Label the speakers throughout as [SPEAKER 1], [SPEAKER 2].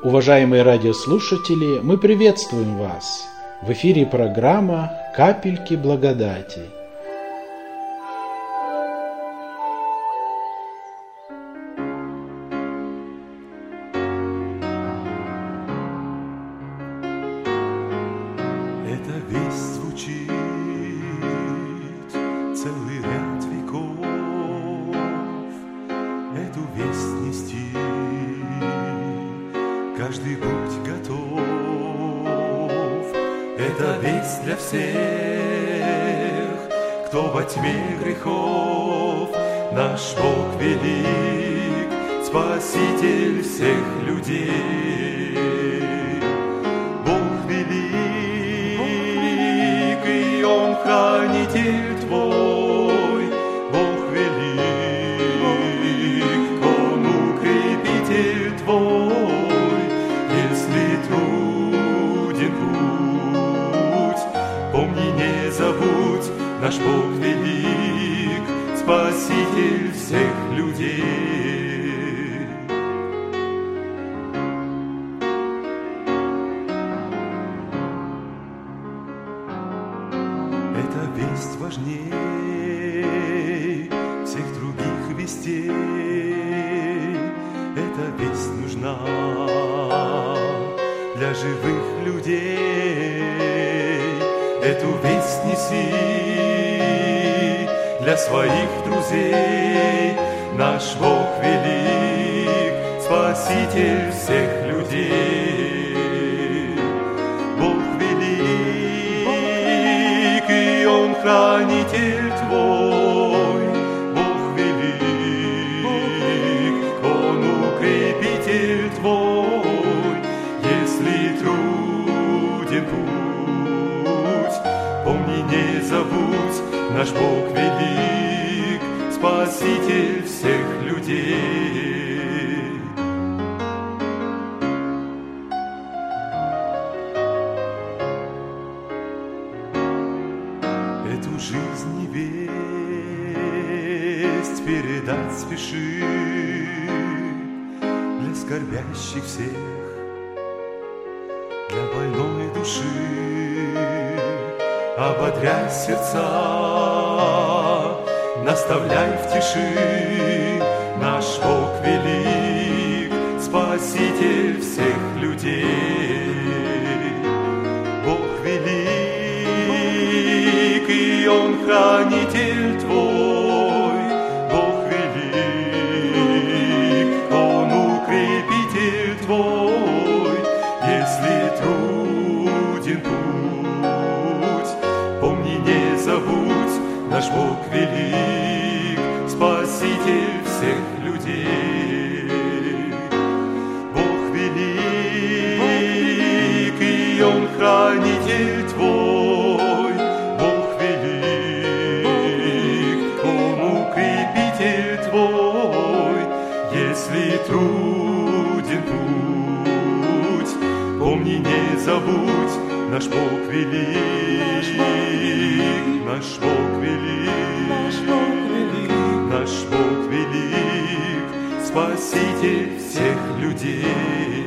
[SPEAKER 1] Уважаемые радиослушатели, мы приветствуем вас! В эфире программа «Капельки благодати».
[SPEAKER 2] Эта весть звучит целый ряд веков, эту весть нести каждый будь готов. Это весть для всех, кто во тьме грехов. Наш Бог велик, Спаситель всех людей. Бог велик, и Он хранитель твой. Бог велик, Он укрепитель твой. Если труден путь, помни, не забудь, наш Бог велик, Спаситель всех людей. Эта весть важней всех других вестей. Эта весть нужна для живых людей. Эту весть неси для своих друзей. Наш Бог велик, Спаситель всех людей. Бог велик, и Он хранитель твой. Бог велик, Он укрепитель твой. Если труден путь, помни, не забудь, наш Бог велик, Спаситель всех людей. Эту жизнь невесть передать спеши для скорбящих всех, для больной души. Ободряй сердца, наставляй в тиши. Наш Бог велик, Спаситель всех людей. Бог велик, и Он хранитель твой. Бог велик, Он укрепитель твой. Если труден путь, помни, не забудь, наш Бог велик, Спаситель всех людей. Бог велик, и Он хранитель твой. Бог велик, Он укрепитель твой. Если труден путь, помни, не забудь, наш Бог велик, наш Бог велик, наш Бог велик, Спаситель всех людей.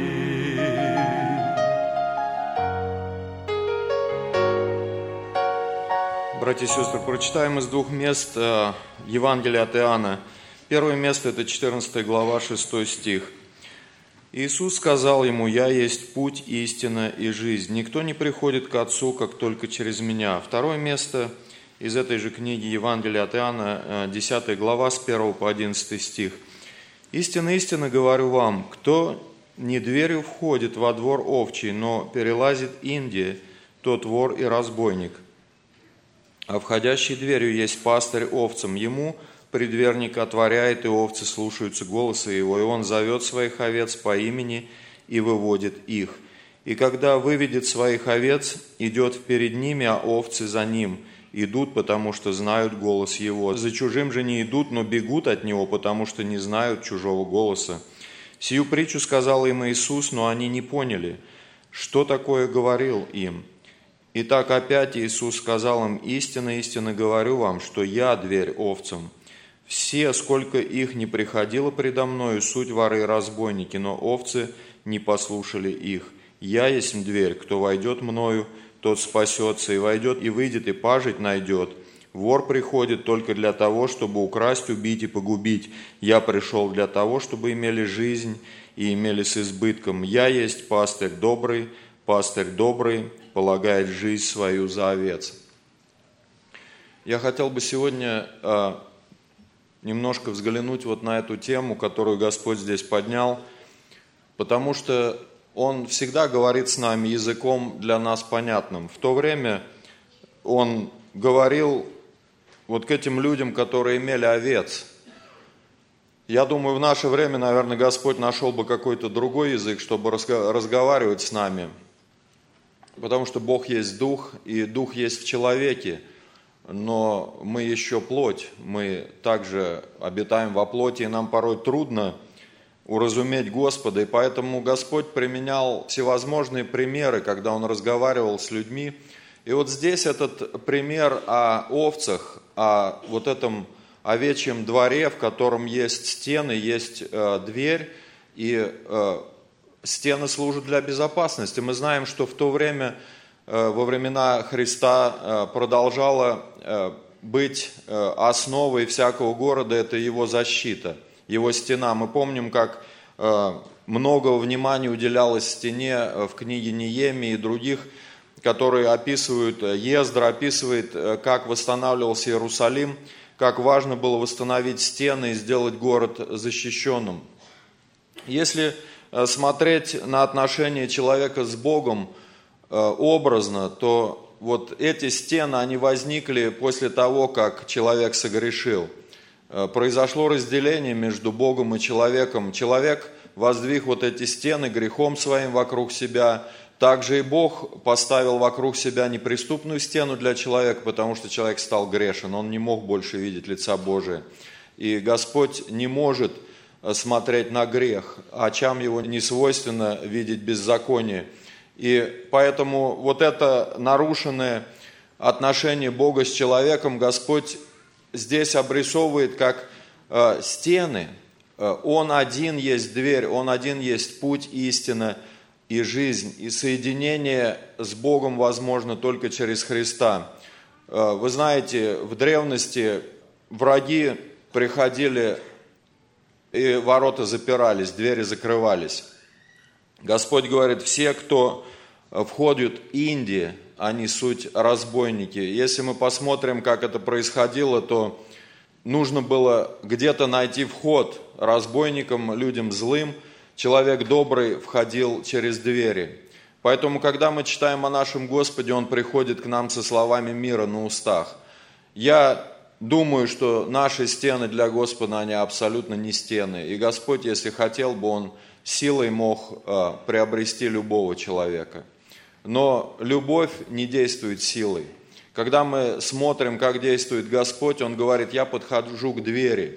[SPEAKER 3] Братья и сестры, прочитаем из двух мест Евангелия от Иоанна. Первое место – это 14 глава, 6 стих. Иисус сказал ему: «Я есть путь, истина и жизнь. Никто не приходит к Отцу, как только через Меня». Второе место из этой же книги Евангелия от Иоанна, 10 глава, с 1 по 11 стих. «Истинно, истинно говорю вам, кто не дверью входит во двор овчий, но перелазит инди, тот вор и разбойник. А входящий дверью есть пастырь овцам. Ему предверник отворяет, и овцы слушаются голоса его, и он зовет своих овец по имени и выводит их. И когда выведет своих овец, идет перед ними, а овцы за ним идут, потому что знают голос его. За чужим же не идут, но бегут от него, потому что не знают чужого голоса. Сию притчу сказал им Иисус, но они не поняли, что такое говорил им. Итак, опять Иисус сказал им: «Истинно, истинно говорю вам, что я дверь овцам. Все, сколько их не приходило предо мною, суть воры и разбойники, но овцы не послушали их. Я есть дверь, кто войдет мною, тот спасется, и войдет, и выйдет, и пажить найдет. Вор приходит только для того, чтобы украсть, убить и погубить. Я пришел для того, чтобы имели жизнь и имели с избытком. Я есть пастырь добрый полагает жизнь свою за овец. Я хотел бы сегодня немножко взглянуть вот на эту тему, которую Господь здесь поднял, потому что Он всегда говорит с нами языком для нас понятным. В то время Он говорил вот к этим людям, которые имели овец. Я думаю, в наше время, наверное, Господь нашел бы какой-то другой язык, чтобы разговаривать с нами, потому что Бог есть Дух, и Дух есть в человеке. Но мы еще плоть, мы также обитаем во плоти, и нам порой трудно уразуметь Господа. И поэтому Господь применял всевозможные примеры, когда Он разговаривал с людьми. И вот здесь этот пример о овцах, о вот этом овечьем дворе, в котором есть стены, есть дверь, и стены служат для безопасности. Мы знаем, что в то время, во времена Христа, продолжала быть основой всякого города, это его защита, его стена. Мы помним, как много внимания уделялось стене в книге Неемии и других, которые описывают, Ездра описывает, как восстанавливался Иерусалим, как важно было восстановить стены и сделать город защищенным. Если смотреть на отношения человека с Богом образно, то вот эти стены, они возникли после того, как человек согрешил. Произошло разделение между Богом и человеком. Человек воздвиг вот эти стены грехом своим вокруг себя. Также и Бог поставил вокруг себя неприступную стену для человека, потому что человек стал грешен, он не мог больше видеть лица Божия. И Господь не может смотреть на грех, очам его не свойственно видеть беззаконие. И поэтому вот это нарушенное отношение Бога с человеком Господь здесь обрисовывает как стены. Он один есть дверь, Он один есть путь, истина и жизнь. И соединение с Богом возможно только через Христа. Вы знаете, в древности враги приходили, и ворота запирались, двери закрывались. Господь говорит, все, кто входят в Индию, они суть разбойники. Если мы посмотрим, как это происходило, то нужно было где-то найти вход разбойникам, людям злым. Человек добрый входил через двери. Поэтому, когда мы читаем о нашем Господе, Он приходит к нам со словами мира на устах. Я думаю, что наши стены для Господа, они абсолютно не стены. И Господь, если хотел бы, Он силой мог приобрести любого человека. Но любовь не действует силой. Когда мы смотрим, как действует Господь, Он говорит, я подхожу к двери.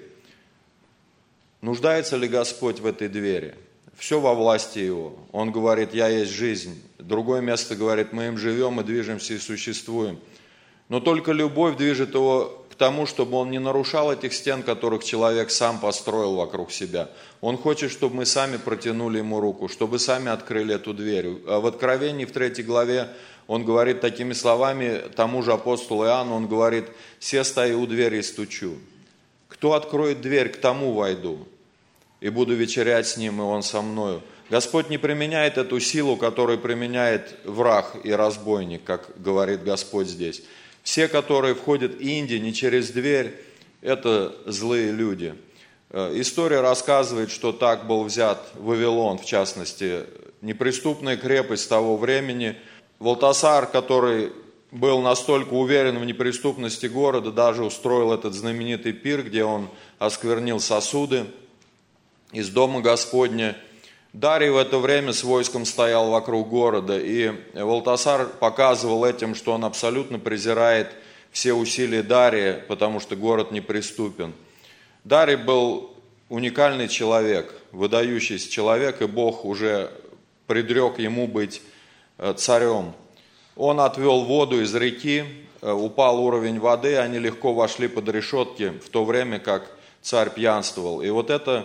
[SPEAKER 3] Нуждается ли Господь в этой двери? Все во власти Его. Он говорит, я есть жизнь. Другое место говорит, мы им живем и движемся и существуем. Но только любовь движет Его к тому, чтобы Он не нарушал этих стен, которых человек сам построил вокруг себя. Он хочет, чтобы мы сами протянули Ему руку, чтобы сами открыли эту дверь. В Откровении, в 3 главе, Он говорит такими словами, тому же апостолу Иоанну, Он говорит, «Се стою у двери и стучу. Кто откроет дверь, к тому войду, и буду вечерять с ним, и он со мною». Господь не применяет эту силу, которую применяет враг и разбойник, как говорит Господь здесь. Все, которые входят в Индию не через дверь, это злые люди. История рассказывает, что так был взят Вавилон, в частности, неприступная крепость того времени. Валтасар, который был настолько уверен в неприступности города, даже устроил этот знаменитый пир, где он осквернил сосуды из дома Господня. Дарий в это время с войском стоял вокруг города, и Валтасар показывал этим, что он абсолютно презирает все усилия Дария, потому что город неприступен. Дарий был уникальный человек, выдающийся человек, и Бог уже предрек ему быть царем. Он отвел воду из реки, упал уровень воды, они легко вошли под решетки, в то время как царь пьянствовал. И вот это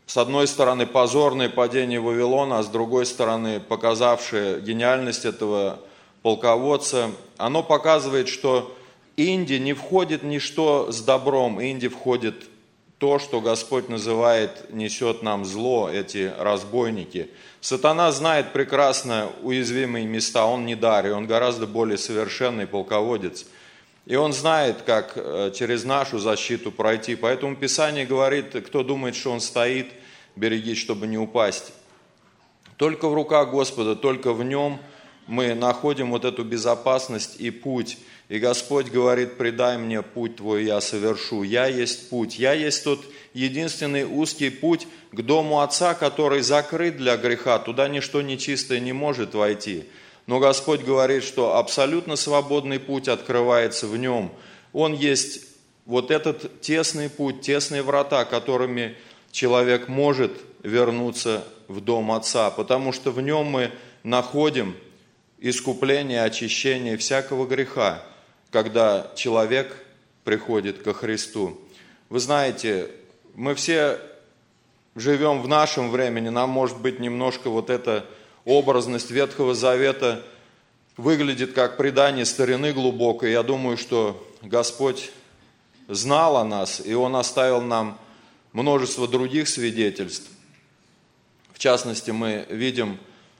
[SPEAKER 3] с одной стороны, позорное падение Вавилона, а с другой стороны, показавшее гениальность этого полководца, оно показывает, что Инди не входит ничто с добром, Инди входит то, что Господь называет, несет нам зло, эти разбойники. Сатана знает прекрасно уязвимые места, он не Дарий, он гораздо более совершенный полководец. И он знает, как через нашу защиту пройти. Поэтому Писание говорит, кто думает, что он стоит, берегись, чтобы не упасть. Только в руках Господа, только в Нем мы находим вот эту безопасность и путь. И Господь говорит, предай мне путь твой, я совершу. Я есть путь. Я есть тот единственный узкий путь к дому Отца, который закрыт для греха. Туда ничто нечистое не может войти. Но Господь говорит, что абсолютно свободный путь открывается в Нем. Он есть вот этот тесный путь, тесные врата, которыми человек может вернуться в дом Отца. Потому что в Нем мы находим искупление, очищение всякого греха, когда человек приходит ко Христу. Вы знаете, мы все живем в нашем времени, нам, может быть, немножко вот эта образность Ветхого Завета выглядит как предание старины глубокой. Я думаю, что Господь знал о нас, и Он оставил нам множество других свидетельств. В частности, мы видим,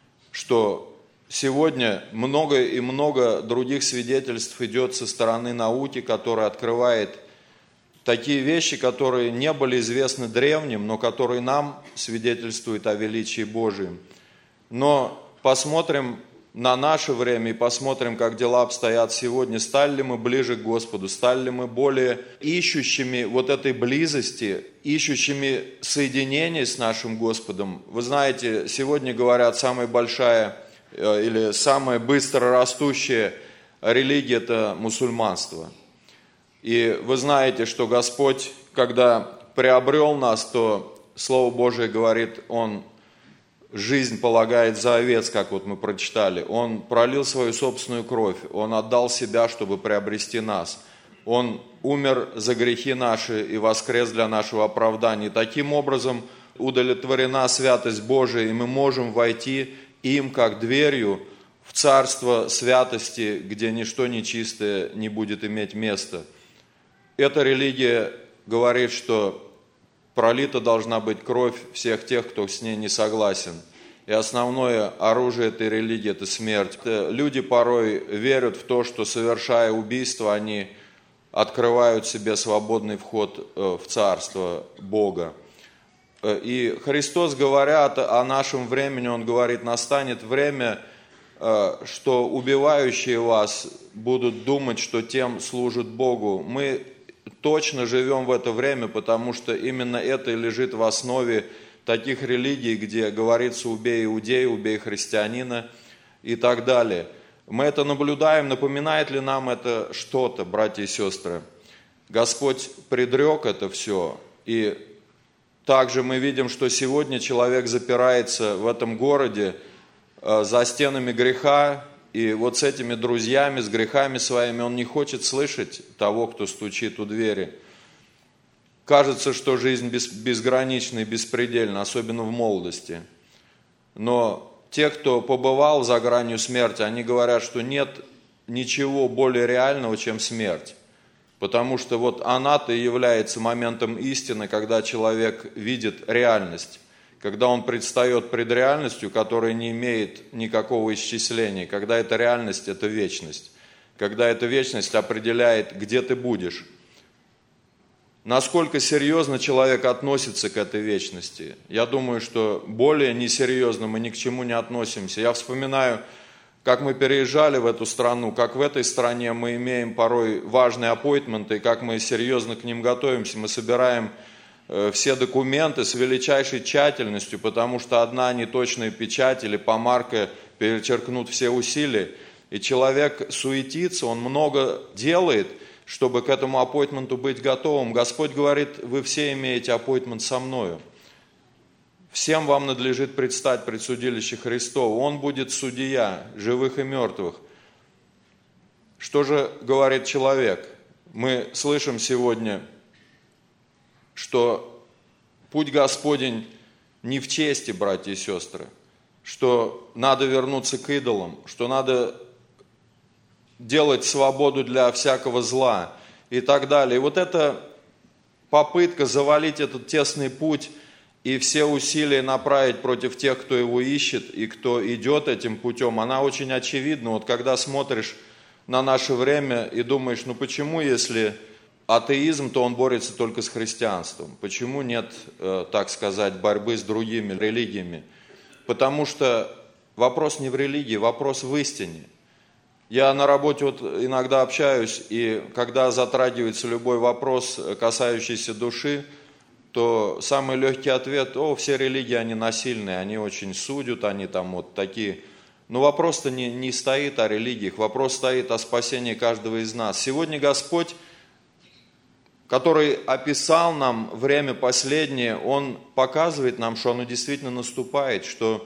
[SPEAKER 3] что сегодня много и много других свидетельств идет со стороны науки, которая открывает такие вещи, которые не были известны древним, но которые нам свидетельствуют о величии Божьем. Но посмотрим на наше время и посмотрим, как дела обстоят сегодня. Стали ли мы ближе к Господу? Стали ли мы более ищущими вот этой близости, ищущими соединения с нашим Господом? Вы знаете, сегодня говорят, самая большая или самая быстро растущая религия – это мусульманство. И вы знаете, что Господь, когда приобрел нас, то Слово Божие говорит, Он жизнь полагает за овец, как вот мы прочитали. Он пролил свою собственную кровь, Он отдал себя, чтобы приобрести нас. Он умер за грехи наши и воскрес для нашего оправдания. И таким образом удовлетворена святость Божия, и мы можем войти им, как дверью, в царство святости, где ничто нечистое не будет иметь места. Эта религия говорит, что пролита должна быть кровь всех тех, кто с ней не согласен. И основное оружие этой религии – это смерть. Люди порой верят в то, что, совершая убийство, они открывают себе свободный вход в царство Бога. И Христос, говоря о нашем времени, Он говорит, настанет время, что убивающие вас будут думать, что тем служат Богу. Мы точно живем в это время, потому что именно это и лежит в основе таких религий, где говорится «убей иудея», «убей христианина» и так далее. Мы это наблюдаем, напоминает ли нам это что-то, братья и сестры? Господь предрек это все, и также мы видим, что сегодня человек запирается в этом городе за стенами греха, и вот с этими друзьями, с грехами своими он не хочет слышать того, кто стучит у двери. Кажется, что жизнь безгранична и беспредельна, особенно в молодости. Но те, кто побывал за гранью смерти, они говорят, что нет ничего более реального, чем смерть. Потому что вот она-то и является моментом истины, когда человек видит реальность, когда он предстает пред реальностью, которая не имеет никакого исчисления, когда эта реальность – это вечность, когда эта вечность определяет, где ты будешь. Насколько серьезно человек относится к этой вечности? Я думаю, что более несерьезно мы ни к чему не относимся. Я вспоминаю, как мы переезжали в эту страну, как в этой стране мы имеем порой важные аппоинтменты, и как мы серьезно к ним готовимся. Мы собираем все документы с величайшей тщательностью, потому что одна неточная печать или помарка перечеркнут все усилия. И человек суетится, он много делает, чтобы к этому аппоинтменту быть готовым. Господь говорит, вы все имеете аппоинтмент со мною. Всем вам надлежит предстать пред судилище Христово. Он будет судья живых и мертвых. Что же говорит человек? Мы слышим сегодня, что путь Господень не в чести, братья и сестры, что надо вернуться к идолам, что надо делать свободу для всякого зла и так далее. И вот эта попытка завалить этот тесный путь и все усилия направить против тех, кто его ищет и кто идет этим путем, она очень очевидна. Вот когда смотришь на наше время и думаешь, ну почему, если атеизм, то он борется только с христианством? Почему нет, так сказать, борьбы с другими религиями? Потому что вопрос не в религии, вопрос в истине. Я на работе вот иногда общаюсь, и когда затрагивается любой вопрос, касающийся души, то самый легкий ответ: все религии, они насильные, они очень судят, они там вот такие. Но вопрос-то не стоит о религиях, вопрос стоит о спасении каждого из нас. Сегодня Господь, который описал нам время последнее, Он показывает нам, что оно действительно наступает, что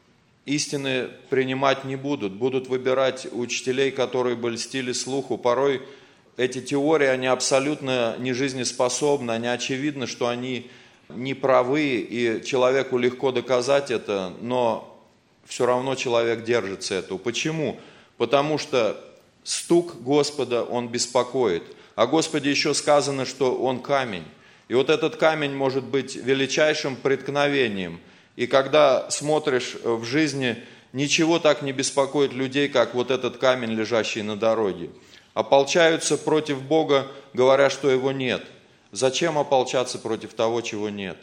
[SPEAKER 3] истины принимать не будут выбирать учителей, которые бы льстили слуху. Порой эти теории, они абсолютно не жизнеспособны, они очевидно, что они не правы, и человеку легко доказать это, но все равно человек держится этого. Почему? Потому что стук Господа, он беспокоит. О Господе еще сказано, что Он камень. И вот этот камень может быть величайшим преткновением. И когда смотришь в жизни, ничего так не беспокоит людей, как вот этот камень, лежащий на дороге. Ополчаются против Бога, говоря, что Его нет. Зачем ополчаться против того, чего нет?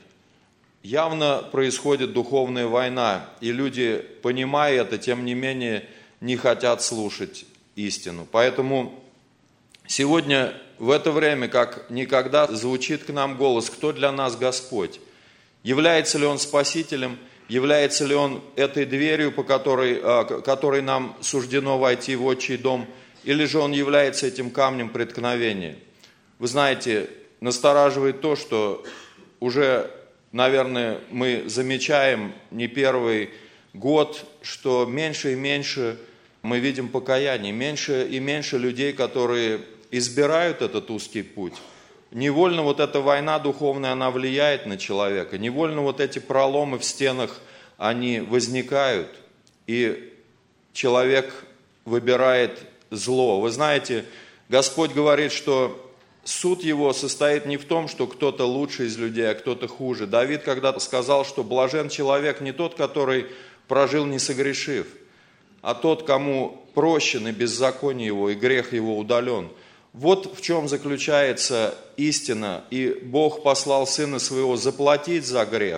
[SPEAKER 3] Явно происходит духовная война, и люди, понимая это, тем не менее, не хотят слушать истину. Поэтому сегодня, в это время, как никогда, звучит к нам голос: кто для нас Господь? Является ли Он Спасителем? Является ли Он этой дверью, по которой нам суждено войти в отчий дом? Или же Он является этим камнем преткновения? Вы знаете, настораживает то, что уже, наверное, мы замечаем не первый год, что меньше и меньше мы видим покаяние, меньше и меньше людей, которые избирают этот узкий путь. Невольно вот эта война духовная, она влияет на человека. Невольно вот эти проломы в стенах, они возникают. И человек выбирает зло. Вы знаете, Господь говорит, что суд Его состоит не в том, что кто-то лучше из людей, а кто-то хуже. Давид когда-то сказал, что блажен человек не тот, который прожил не согрешив, а тот, кому прощен и беззаконие его, и грех его удален. Вот в чем заключается истина. И Бог послал Сына Своего заплатить за грех.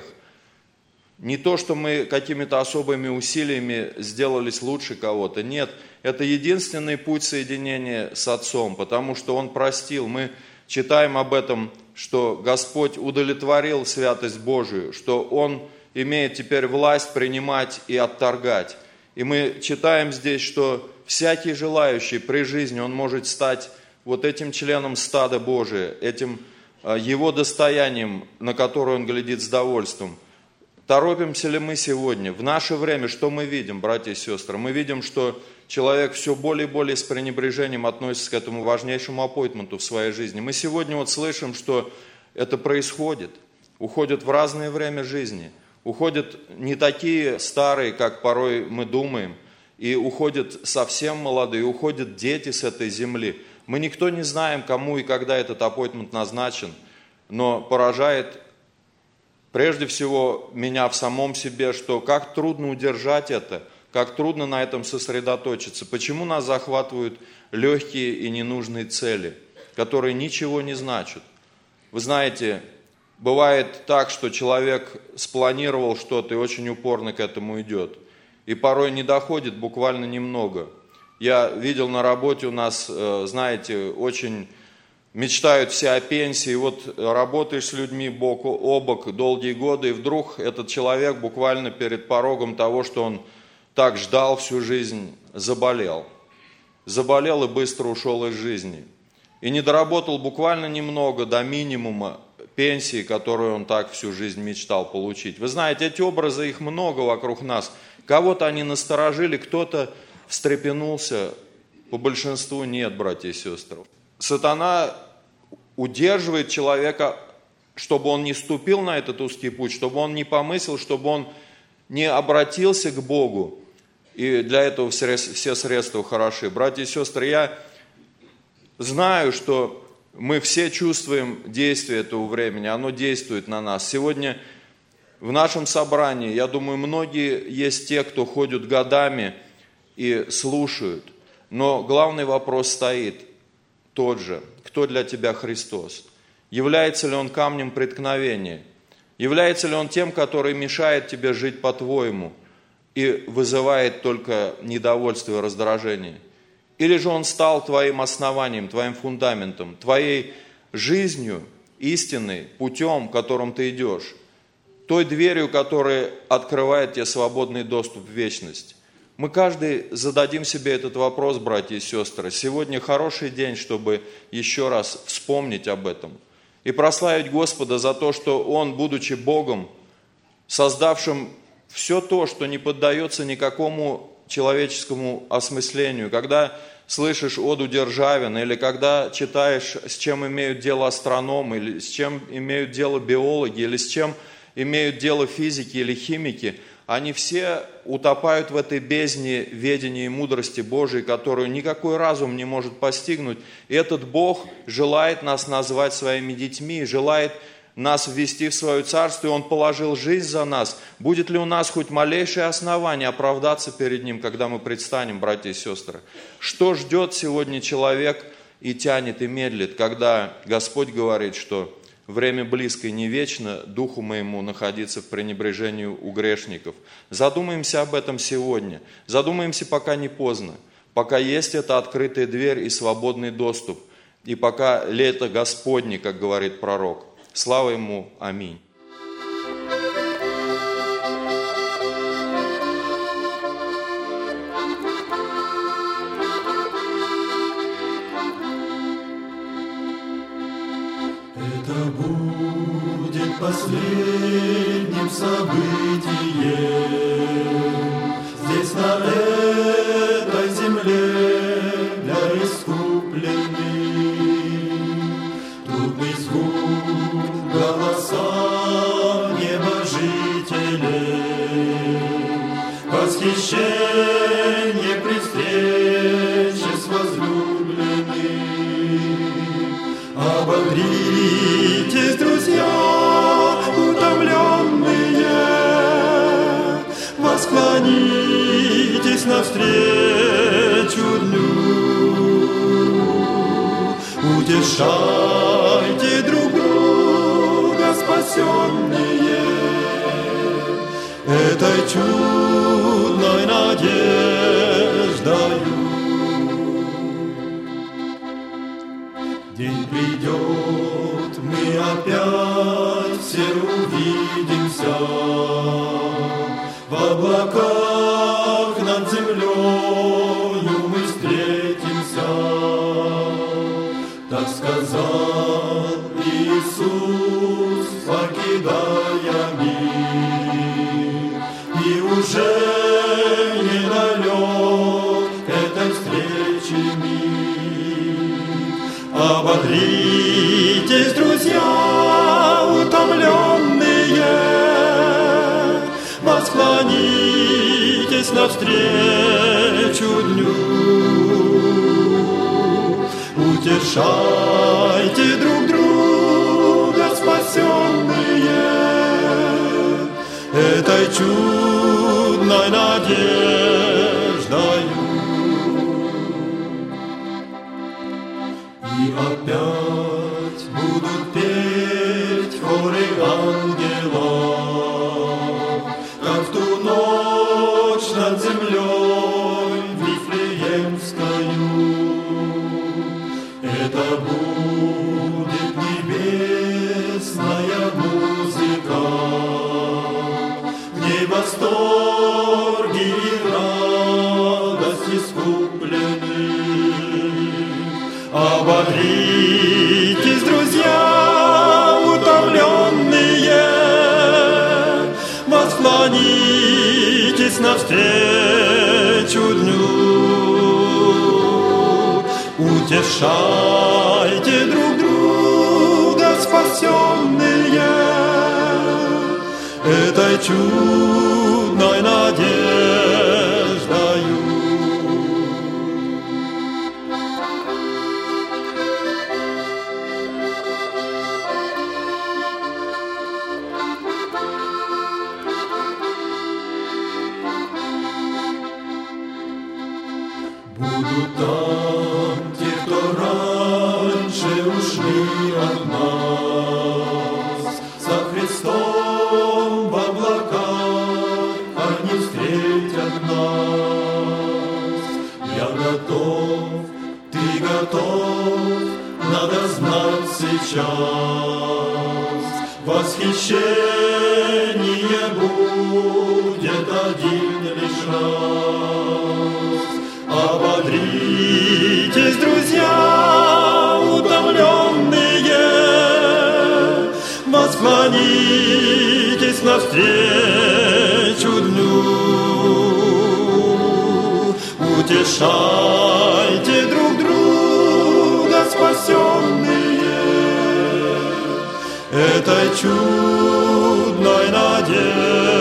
[SPEAKER 3] Не то, что мы какими-то особыми усилиями сделались лучше кого-то. Нет, это единственный путь соединения с Отцом, потому что Он простил. Мы читаем об этом, что Господь удовлетворил святость Божию, что Он имеет теперь власть принимать и отторгать. И мы читаем здесь, что всякий желающий при жизни, он может стать вот этим членом стада Божия, этим Его достоянием, на которое Он глядит с довольством. Торопимся ли мы сегодня? В наше время что мы видим, братья и сестры? Мы видим, что человек все более и более с пренебрежением относится к этому важнейшему аппоинтменту в своей жизни. Мы сегодня вот слышим, что это происходит. Уходят в разное время жизни. Уходят не такие старые, как порой мы думаем. И уходят совсем молодые, уходят дети с этой земли. Мы никто не знаем, кому и когда этот аппоинтмент назначен, но поражает прежде всего меня в самом себе, что как трудно удержать это, как трудно на этом сосредоточиться. Почему нас захватывают легкие и ненужные цели, которые ничего не значат? Вы знаете, бывает так, что человек спланировал что-то и очень упорно к этому идет. И порой не доходит буквально немного. Я видел на работе у нас, знаете, очень мечтают все о пенсии. Вот работаешь с людьми бок о бок долгие годы, и вдруг этот человек буквально перед порогом того, что он так ждал всю жизнь, заболел. Заболел и быстро ушел из жизни. И не доработал буквально немного до минимума пенсии, которую он так всю жизнь мечтал получить. Вы знаете, эти образы, их много вокруг нас. Кого-то они насторожили, кто-то встрепенулся, по большинству нет, братья и сестры. Сатана удерживает человека чтобы он не ступил на этот узкий путь, чтобы он не помыслил, чтобы он не обратился к Богу. И для этого все средства хороши. Братья и сестры, я знаю, что мы все чувствуем действие этого времени, оно действует на нас. Сегодня в нашем собрании, я думаю, многие есть те, кто ходят годами и слушают. Но главный вопрос стоит тот же. Кто для тебя Христос? Является ли Он камнем преткновения? Является ли Он тем, который мешает тебе жить по-твоему и вызывает только недовольство и раздражение? Или же Он стал твоим основанием, твоим фундаментом, твоей жизнью, истинной, путем, которым ты идешь, той дверью, которая открывает тебе свободный доступ в вечность? Мы каждый зададим себе этот вопрос, братья и сестры. Сегодня хороший день, чтобы еще раз вспомнить об этом и прославить Господа за то, что Он, будучи Богом, создавшим все то, что не поддается никакому человеческому осмыслению, когда слышишь оду Державина, или когда читаешь, с чем имеют дело астрономы, или с чем имеют дело биологи, или с чем имеют дело физики или химики, они все утопают в этой бездне ведения и мудрости Божией, которую никакой разум не может постигнуть. И этот Бог желает нас назвать своими детьми, желает нас ввести в свое царство, и Он положил жизнь за нас. Будет ли у нас хоть малейшее основание оправдаться перед Ним, когда мы предстанем, братья и сестры? Что ждет сегодня человек и тянет, и медлит, когда Господь говорит, что время близко и не вечно духу моему находиться в пренебрежении у грешников? Задумаемся об этом сегодня. Задумаемся, пока не поздно. Пока есть эта открытая дверь и свободный доступ. И пока лето Господне, как говорит пророк. Слава Ему. Аминь.
[SPEAKER 2] Это будет последним событием здесь, на этой земле, для искупленных. Трудный звук голоса небожителей, восхищение при встрече с возлюбленным. Ободритесь, друзья, утомленные, восклонитесь навстречу дню, утешайте друг друга, спасенные, этой чудной надеждою. День придет, мы опять все увидимся, в облаках над землею мы встретимся. Так сказал Иисус, покидая мир, и уже недалек этой встречи мир. Ободритесь, друзья, утомленные, восклонитесь навстречу дню, утешайте друг друга, спасенные, этой чудной надеждою. И опять будут петь хоры ангелов, как в ту ночь над землей Вифлеемскою. Это будет небесная музыка, в ней восторги и радость искупленных. Ободритесь, друзья, утомленные, восклонитесь навстречу дню, утешайте друг друга, спасенные, этой чудной надеждою. Будут там те, кто раньше ушли от нас, со Христом в облаках они встретят нас. Я готов, ты готов, надо знать сейчас. Восхищение будет один лишь раз. Ободритесь, друзья, утомленные, восклонитесь навстречу дню. Утешайте друг друга, спасенные, этой чудной надеждой.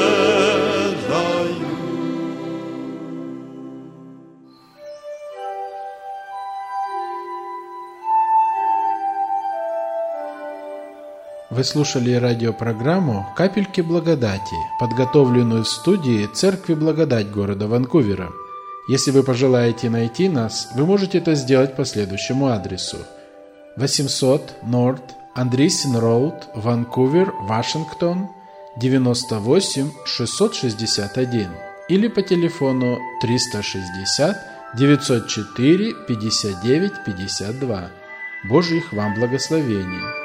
[SPEAKER 1] Вы слушали радиопрограмму «Капельки благодати», подготовленную в студии Церкви Благодать города Ванкувера. Если вы пожелаете найти нас, вы можете это сделать по следующему адресу: 800 North Andreessen Road, Ванкувер, Вашингтон, 98 661, или по телефону 360 904 59 52. Божьих вам благословений!